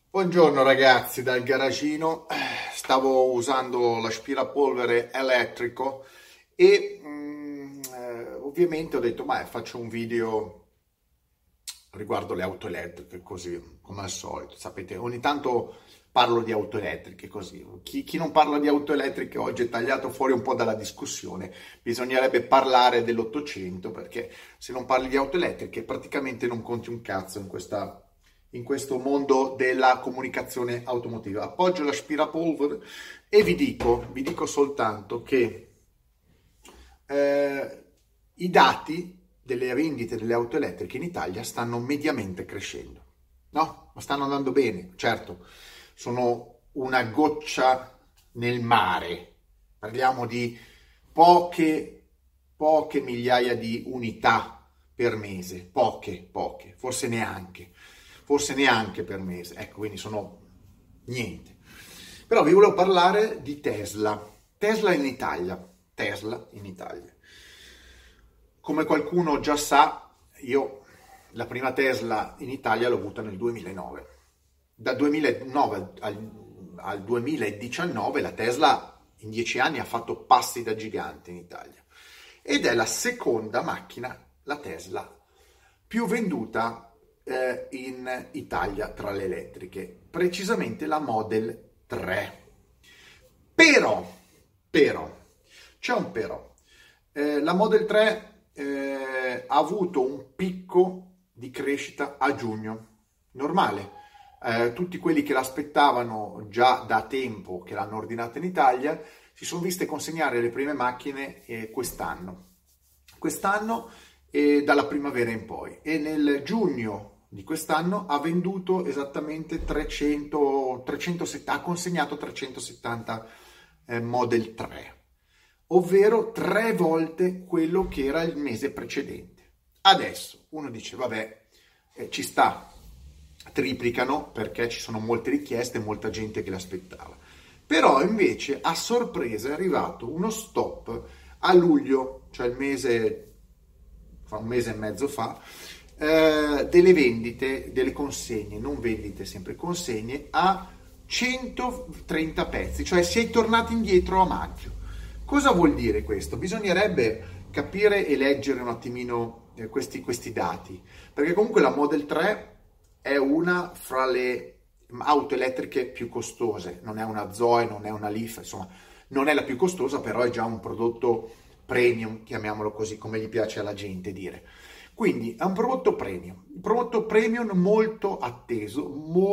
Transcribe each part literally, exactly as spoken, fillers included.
Buongiorno ragazzi dal garagino. Stavo usando l'aspirapolvere elettrico e mm, eh, ovviamente ho detto ma faccio un video riguardo le auto elettriche, così come al solito. Sapete, ogni tanto parlo di auto elettriche così. Chi, chi non parla di auto elettriche oggi è tagliato fuori un po' dalla discussione. Bisognerebbe parlare dell'Ottocento, perché se non parli di auto elettriche praticamente non conti un cazzo in questa in questo mondo della comunicazione automotiva. Appoggio l'aspirapolvere e vi dico, vi dico soltanto che eh, i dati delle vendite delle auto elettriche in Italia stanno mediamente crescendo, no? Ma stanno andando bene, certo, sono una goccia nel mare, parliamo di poche, poche migliaia di unità per mese, poche, poche, forse neanche. forse neanche per mese, ecco, quindi sono niente. Però vi volevo parlare di Tesla, Tesla in Italia, Tesla in Italia. Come qualcuno già sa, io la prima Tesla in Italia l'ho avuta nel duemilanove. Dal duemilanove al, al duemiladiciannove la Tesla in dieci anni ha fatto passi da gigante in Italia ed è la seconda macchina, la Tesla, più venduta in Italia tra le elettriche, precisamente la Model tre. Però, però, c'è un però. Eh, la Model tre eh, ha avuto un picco di crescita a giugno, normale. Eh, tutti quelli che l'aspettavano già da tempo, che l'hanno ordinata in Italia, si sono viste consegnare le prime macchine eh, quest'anno. Quest'anno e dalla primavera in poi. E nel giugno di quest'anno ha venduto esattamente trecento, trecentosettanta, ha consegnato trecentosettanta eh, Model tre, ovvero tre volte quello che era il mese precedente. Adesso uno dice, vabbè, eh, ci sta, triplicano perché ci sono molte richieste, molta gente che l'aspettava. Però invece a sorpresa è arrivato uno stop a luglio, cioè il mese, fa un mese e mezzo fa, eh, delle vendite, delle consegne, non vendite, sempre consegne, a centotrenta pezzi, cioè si è tornati indietro a maggio. Cosa vuol dire questo? Bisognerebbe capire e leggere un attimino eh, questi, questi dati, perché comunque la Model tre è una fra le auto elettriche più costose, non è una Zoe, non è una Leaf, insomma, non è la più costosa, però è già un prodotto premium, chiamiamolo così, come gli piace alla gente dire. Quindi è un prodotto premium, un prodotto premium molto atteso,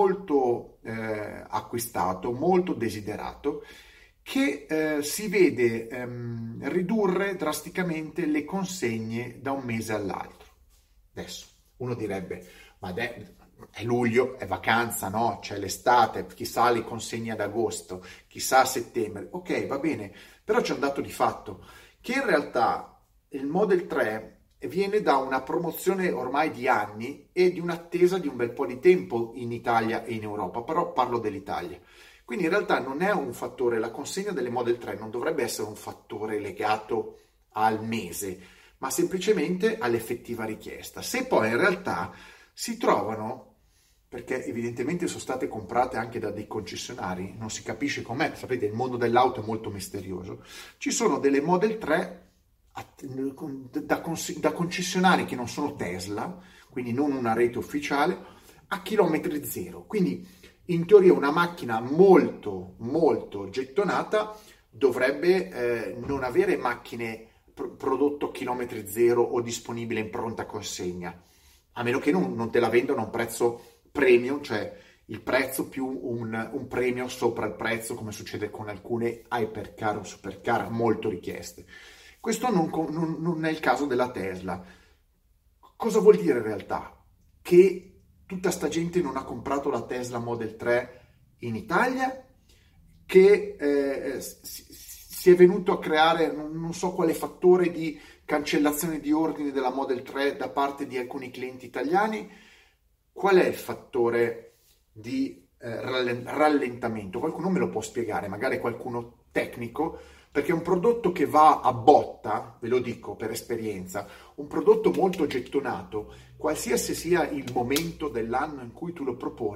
molto eh, acquistato, molto desiderato, che eh, si vede ehm, ridurre drasticamente le consegne da un mese all'altro. Adesso uno direbbe, ma de- è luglio, è vacanza, no? C'è l'estate, chissà le consegne ad agosto, chissà a settembre. Ok, va bene, però c'è un dato di fatto, che in realtà il Model tre viene da una promozione ormai di anni e di un'attesa di un bel po' di tempo in Italia e in Europa, però parlo dell'Italia. Quindi in realtà non è un fattore, la consegna delle Model tre non dovrebbe essere un fattore legato al mese, ma semplicemente all'effettiva richiesta. Se poi in realtà si trovano, perché evidentemente sono state comprate anche da dei concessionari, non si capisce com'è, sapete il mondo dell'auto è molto misterioso, ci sono delle Model tre da, da concessionari che non sono Tesla, quindi non una rete ufficiale, a chilometri zero. Quindi in teoria una macchina molto molto gettonata dovrebbe eh, non avere macchine pr- prodotto chilometri zero o disponibile in pronta consegna, a meno che non, non te la vendano a un prezzo premium, cioè il prezzo più un, un premio sopra il prezzo, come succede con alcune hypercar o supercar molto richieste. Questo non, non, non è il caso della Tesla. Cosa vuol dire in realtà? Che tutta sta gente non ha comprato la Tesla Model tre in Italia? Che eh, si, si è venuto a creare non, non so quale fattore di cancellazione di ordini della Model tre da parte di alcuni clienti italiani? Qual è il fattore di eh, rallentamento? Qualcuno me lo può spiegare, magari qualcuno tecnico, perché è un prodotto che va a botta, ve lo dico per esperienza, un prodotto molto gettonato, qualsiasi sia il momento dell'anno in cui tu lo proponi,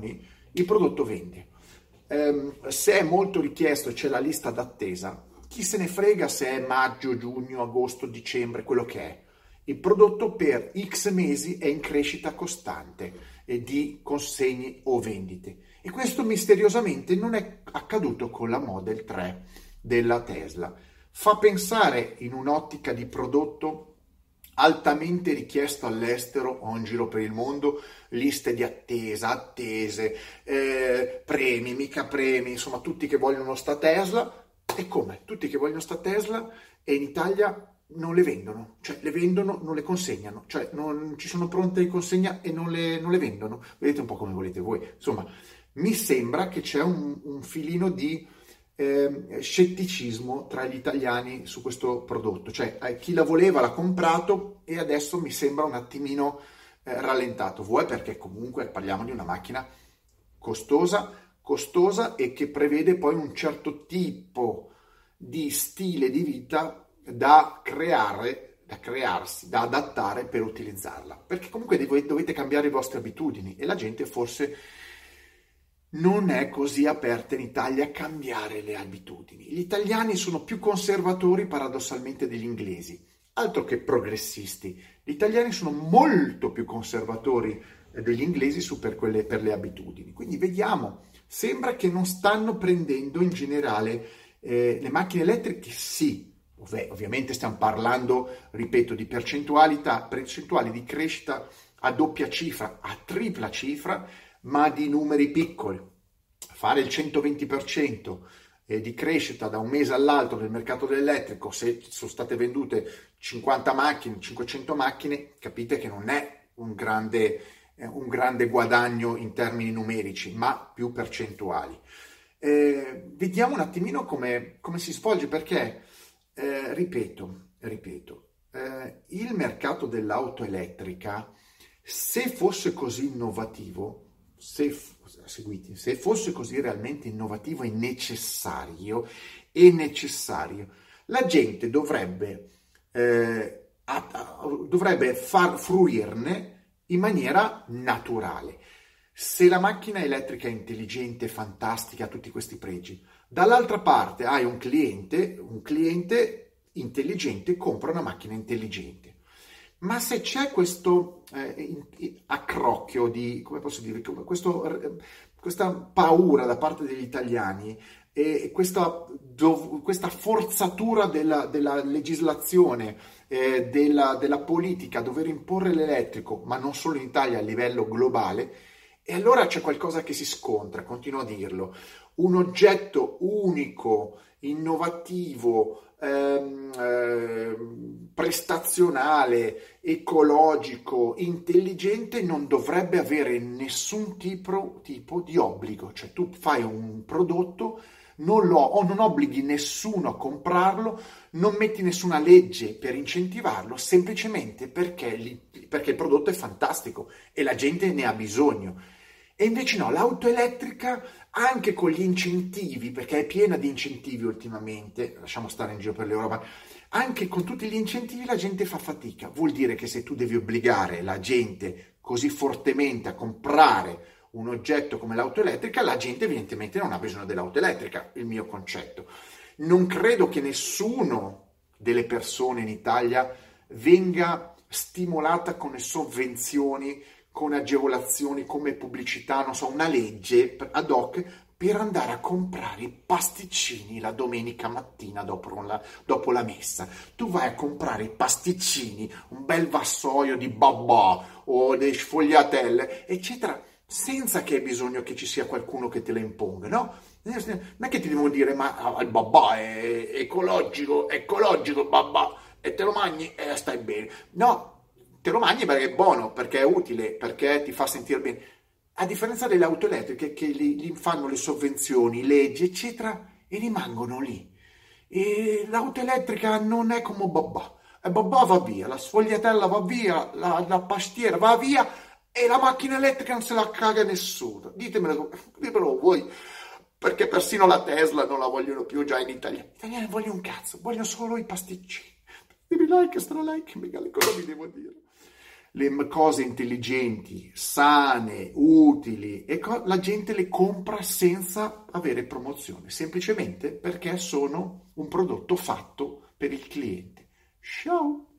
il prodotto vende. Ehm, se è molto richiesto e c'è la lista d'attesa, chi se ne frega se è maggio, giugno, agosto, dicembre, quello che è. Il prodotto per X mesi è in crescita costante e di consegne o vendite. E questo misteriosamente non è accaduto con la Model tre della Tesla. Fa pensare in un'ottica di prodotto altamente richiesto all'estero o in giro per il mondo, liste di attesa, attese, eh, premi, mica premi, insomma tutti che vogliono sta Tesla. E come? Tutti che vogliono sta Tesla e in Italia non le vendono, cioè le vendono, non le consegnano, cioè non ci sono pronte in consegna e non le, non le vendono. Vedete un po' come volete voi. Insomma, mi sembra che c'è un, un filino di eh, scetticismo tra gli italiani su questo prodotto, cioè eh, chi la voleva l'ha comprato e adesso mi sembra un attimino eh, rallentato. Vuoi perché comunque parliamo di una macchina costosa, costosa e che prevede poi un certo tipo di stile di vita da creare, da crearsi, da adattare per utilizzarla, perché comunque dovete cambiare le vostre abitudini e la gente forse non è così aperta in Italia a cambiare le abitudini. Gli italiani sono più conservatori paradossalmente degli inglesi, altro che progressisti. Gli italiani sono molto più conservatori degli inglesi su per, quelle, per le abitudini. Quindi vediamo, sembra che non stanno prendendo in generale eh, le macchine elettriche, sì. Ov- ovviamente stiamo parlando, ripeto, di percentualità, percentuali di crescita a doppia cifra, a tripla cifra, ma di numeri piccoli. Fare il centoventi per cento di crescita da un mese all'altro nel mercato dell'elettrico, se sono state vendute cinquanta macchine, cinquecento macchine, capite che non è un grande, un grande guadagno in termini numerici, ma più percentuali. Eh, vediamo un attimino come, come si svolge, perché, eh, ripeto, ripeto, eh, il mercato dell'auto elettrica, se fosse così innovativo, se, seguite, se fosse così realmente innovativo e necessario, è necessario, la gente dovrebbe, eh, a, a, dovrebbe far fruirne in maniera naturale. Se la macchina elettrica è intelligente, fantastica, ha tutti questi pregi, dall'altra parte hai un cliente, un cliente intelligente compra una macchina intelligente. Ma se c'è questo eh, accrocchio di, come posso dire, questo, eh, questa paura da parte degli italiani e questa, dov- questa forzatura della, della legislazione, eh, della, della politica a dover imporre l'elettrico, ma non solo in Italia, a livello globale, e allora c'è qualcosa che si scontra, continuo a dirlo. Un oggetto unico, innovativo, Ehm, ehm, prestazionale, ecologico, intelligente non dovrebbe avere nessun tipo, tipo di obbligo. Cioè tu fai un prodotto, non lo, o non obblighi nessuno a comprarlo, non metti nessuna legge per incentivarlo, semplicemente perché, li, perché il prodotto è fantastico e la gente ne ha bisogno. E invece no, l'auto elettrica, anche con gli incentivi, perché è piena di incentivi ultimamente, lasciamo stare in giro per l'Europa, anche con tutti gli incentivi la gente fa fatica. Vuol dire che se tu devi obbligare la gente così fortemente a comprare un oggetto come l'auto elettrica, la gente evidentemente non ha bisogno dell'auto elettrica, il mio concetto. Non credo che nessuno delle persone in Italia venga stimolata con le sovvenzioni, con agevolazioni come pubblicità, non so, una legge ad hoc per andare a comprare i pasticcini la domenica mattina dopo la, dopo la messa. Tu vai a comprare i pasticcini, un bel vassoio di babà o delle sfogliatelle, eccetera, senza che hai bisogno che ci sia qualcuno che te le imponga, no? Non è che ti devono dire, ma il babà è ecologico, ecologico babà, e te lo mangi e stai bene. No, te lo mangi perché è buono, perché è utile, perché ti fa sentire bene. A differenza delle auto elettriche che gli, gli fanno le sovvenzioni, leggi, eccetera, e rimangono lì. E l'auto elettrica non è come babà. E babà va via, la sfogliatella va via, la, la pastiera va via e la macchina elettrica non se la caga nessuno. Ditemelo, ditemelo voi, perché persino la Tesla non la vogliono più già in Italia. Gli italiani vogliono un cazzo, vogliono solo i pasticcini. Dimmi like, stra like, mica cosa vi devo dire. le cose intelligenti, sane, utili, e co- la gente le compra senza avere promozione, semplicemente perché sono un prodotto fatto per il cliente. Ciao!